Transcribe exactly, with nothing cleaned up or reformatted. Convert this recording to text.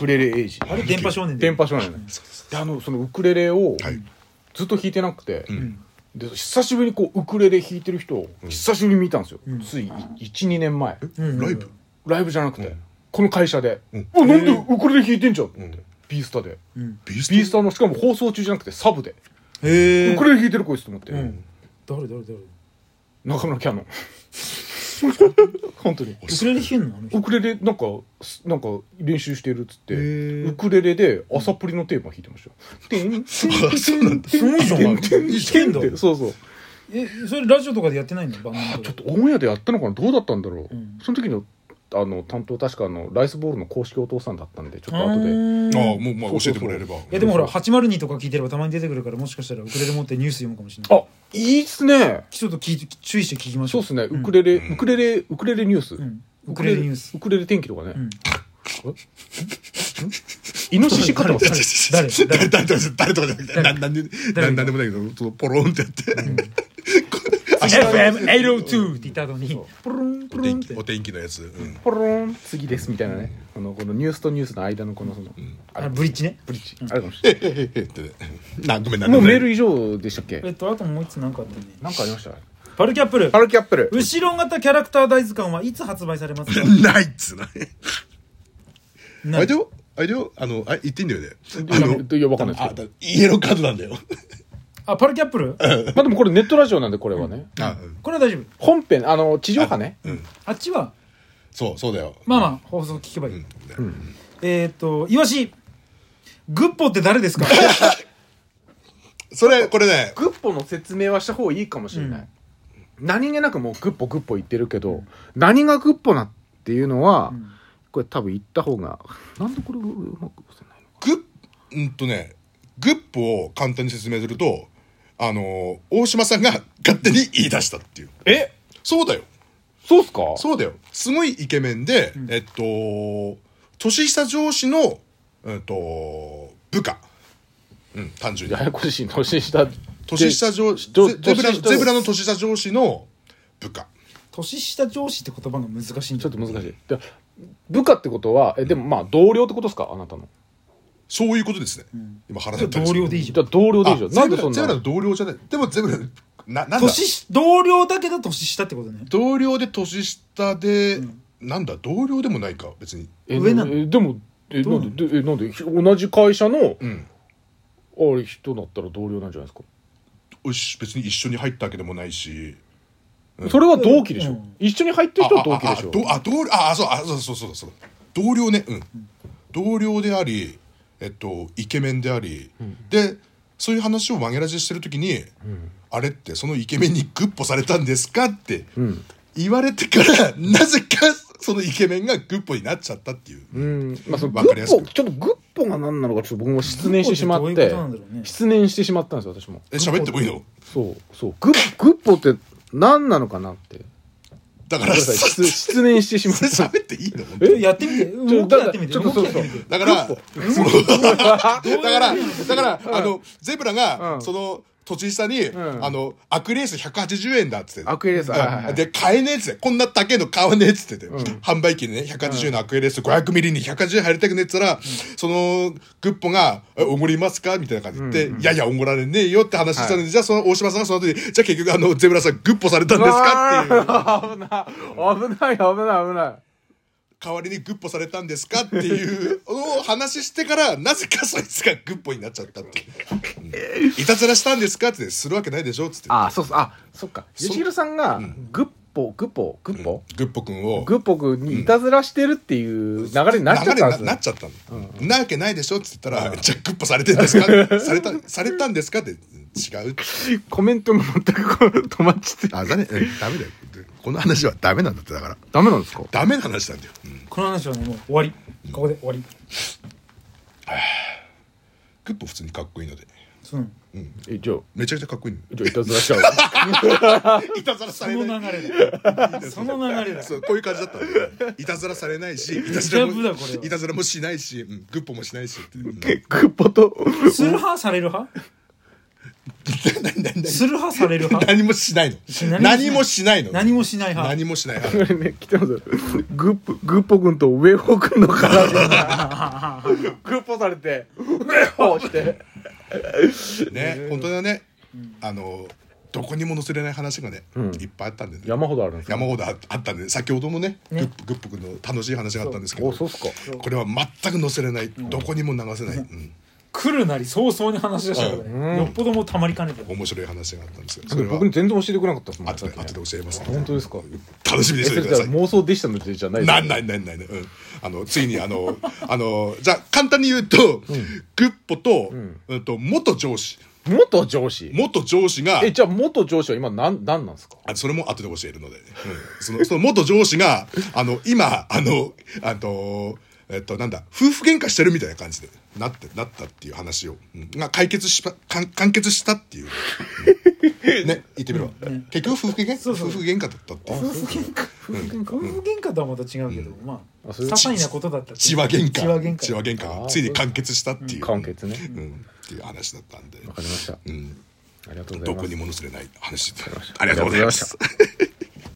クレレエイジ。 あれ電波少年で電波少年ね、うん、であのそのウクレレをずっと弾いてなくて、はい、で久しぶりにこうウクレレ弾いてる人を久しぶりに見たんですよ、うん、つい いち,に 年前、 うん、ライブライブじゃなくて、うん、この会社で、うん、あなんでウクレレ弾いてんじゃんって、うん、ビースタで、うん、ビースタのしかも放送中じゃなくてサブでへウクレレ弾いてるこいつと思って、うん、 誰誰誰中村キャノン本当にウクレレ弾けんのウクレレなんかなんか練習してるっつってウクレレで朝プリのテーマ弾いてましたよ。てんてんてんてんてんてんてんてんそうそうえそれラジオとかでやってないのバンドちょっとオンエアでやったのかなどうだったんだろう、うん、その時のあの担当確かあのライスボールの公式お父さんだったんでちょっと後でああもうまあ教えてもらえればいやでもほらはちまるにとか聞いてればたまに出てくるからもしかしたらウクレレ持ってニュース読むかもしれないあいいっすねちょっと聞いて注意して聞きましょうそうっすねウクレレ、うん、ウクレレウクレレニュース、うん、 ウクレレニュースウクレレ天気とかね、うん、イノシシ飼ってます誰誰誰とか誰とかじゃなくて何でもないけどそのポロンってやって、うんエフエムはちまるに って言った後にポロンポロンってお天気のやつ、 うん、ポロン次ですみたいなね、うん、このこのニュースとニュースの間のこのその、うん、 あブリッジねブリッジ、うん、あるかもしれないえええってなごめんなもうメール以上でしたっけえっとあともう一つ何かあったね何かありましたパルキャップルパルキャップル後ろ型キャラクター大図鑑はいつ発売されますかないっつなあれでよあれでよあのあ言っていいんだよねあのいやわかんないですけどイエローカードなんだよあパルキャップルまあでもこれネットラジオなんでこれはね、 うん、あこれは大丈夫本編あの地上波ねあ,、うん、あっちはそうそうだよまあまあ放送聞けばいい、うんうん、えっ、ー、とイワシグッポって誰ですかそれこれねグッポの説明はした方がいいかもしれない、うん、何気なくもうグッポグッポ言ってるけど、うん、何がグッポなっていうのは、うん、これ多分言った方がなんでこれうまく押せないのかグッうんとねグッポを簡単に説明するとあの大島さんが勝手に言い出したっていうえそうだよそうっすかそうだよすごいイケメンで、うん、えっと年下上司の、えっと、部下うん単純にややこしい年下年下上司ゼブラゼブラの年下上司の部下年下上司って言葉が難しいんちょっと難しいで部下ってことはえでもまあ同僚ってことですかあなたのそういうことですね、うん、今腹立った同僚でいいじゃん同僚でいいじゃんなんでそんなゼブラの同僚じゃないでもゼブラななんだ年同僚だけど年下ってことね同僚で年下で、うん、なんだ同僚でもないか別にえ上なのえでもえなんでえなんで同じ会社の、うん、あれ人だったら同僚なんじゃないですか別に一緒に入ったわけでもないし、 うん、それは同期でしょ、うん、一緒に入ってる人は同期でしょああああ同ああそうあそうそうそうそう同僚ねうん、うん、同僚でありえっと、イケメンであり、うん、でそういう話を曲げラジしてる時に、うん、あれってそのイケメンにグッポされたんですかって言われてから、うん、なぜかそのイケメンがグッポになっちゃったっていう、 うんまあ、その分かりやすくちょっとグッポが何なのかちょっと僕も失念してしまって、ね、失念してしまったんですよ私もえ喋ってもいいのそうそうグッ、グッポって何なのかなってだから失念してしまった。 喋っていいの？ えやってみて。動きやってみて。 ちょっとそうそう。 だからだからだからあのゼブラがその年下にあのアクエリアスひゃくはちじゅうえんだっつって。 アクエリアスで買えねえっつってこんな高えの買わねえっつってて販売機でねひゃくはちじゅうえんのアクエリアスごひゃくミリにひゃくはちじゅうえん入りたくねえっつったらそのグッポがおごりますかみたいな感じで言っていやいやおごられねえよって話したのでじゃあその大島さんがその後にじゃあ結局あのゼブラさんグッポされたんですかっていう。 危ない危ない危ない危ない。 代わりにグッポされたんですかっていうのを話してからなぜかそいつがグッポになっちゃったっていう、うん、いたずらしたんですかってするわけないでしょっつってあそうそうあそっか吉弘さんがグッポグッポグッポ、 うん、グッポくんをグッポくんにいたずらしてるっていう流れになっちゃったんですよ、 な, なっちゃったの、うん、なわけないでしょっつったら、うん、じゃあグッポされてんですかされたされたんですかって違うコメントが全くこう止まっちゃってあダメだよこの話はダメなんだってだからダメなんですかダメな話なんだよ、うん、 この話はねもう終わり、うん、ここで終わりグッポ普通にかっこいいのでそう、 うん、えじゃあめちゃくちゃかっこいいのじゃあいたずらしちゃういたずらされないその流れだその流れだそうこういう感じだったんでいたずらされないしいたずらもいたずらもしないし、うん、グッポもしないしって、うん、 グッポとする派される派何何何する派される派何もしないの。 何もしない何もしないの。 何もしない派何もしないこ派。 れね来てますよグッポグッポ君とウェホ君の絡みグッポされてウェホしてね、本当だね。あのどこにも載せれない話がね、 うんいっぱいあったんでね。 山ほどあるんですか。 山ほどあったんで、先ほどもね、 ねグッポグッポ君の楽しい話があったんですけど、 おそうっすか。 これは全く載せれない、どこにも流せない、うん来るなり早々に話し出したからね、 うんよっぽどもうたまりかねて面白い話があったんですよ。それは僕に全然教えてくれなかったですもん。 後で後で教えますね。 本当ですか。 楽しみにえしておいてください。 妄想でしたのじゃないですか。 なんないないないない、うん、あのついにあのあのじゃあ簡単に言うと、グッポと、 うんうんと元上司元上司。 元上司がえじゃあ元上司は今なんなんなんですか。 あそれも後で教えるので、ねうん、そのその元上司があの今あのあのえっとなんだ夫婦喧嘩してるみたいな感じでなってなったっていう話を、うん、が解決した完完結したっていう、うん、ね言ってみろ、 うん結局夫婦喧嘩そうそう夫婦喧嘩だったっていう夫婦喧嘩夫婦喧嘩夫婦喧嘩とはまた違うけど、まああそういう些細なことだったって血は喧嘩血は喧嘩血は喧嘩あーがついに完結したっていう、 完結ね。 うん、っていう話だったんで、 わかりました。 うん、 ありがとうございます。 どこにも載せれない話でりましたありがとうございます。 ありがとうございました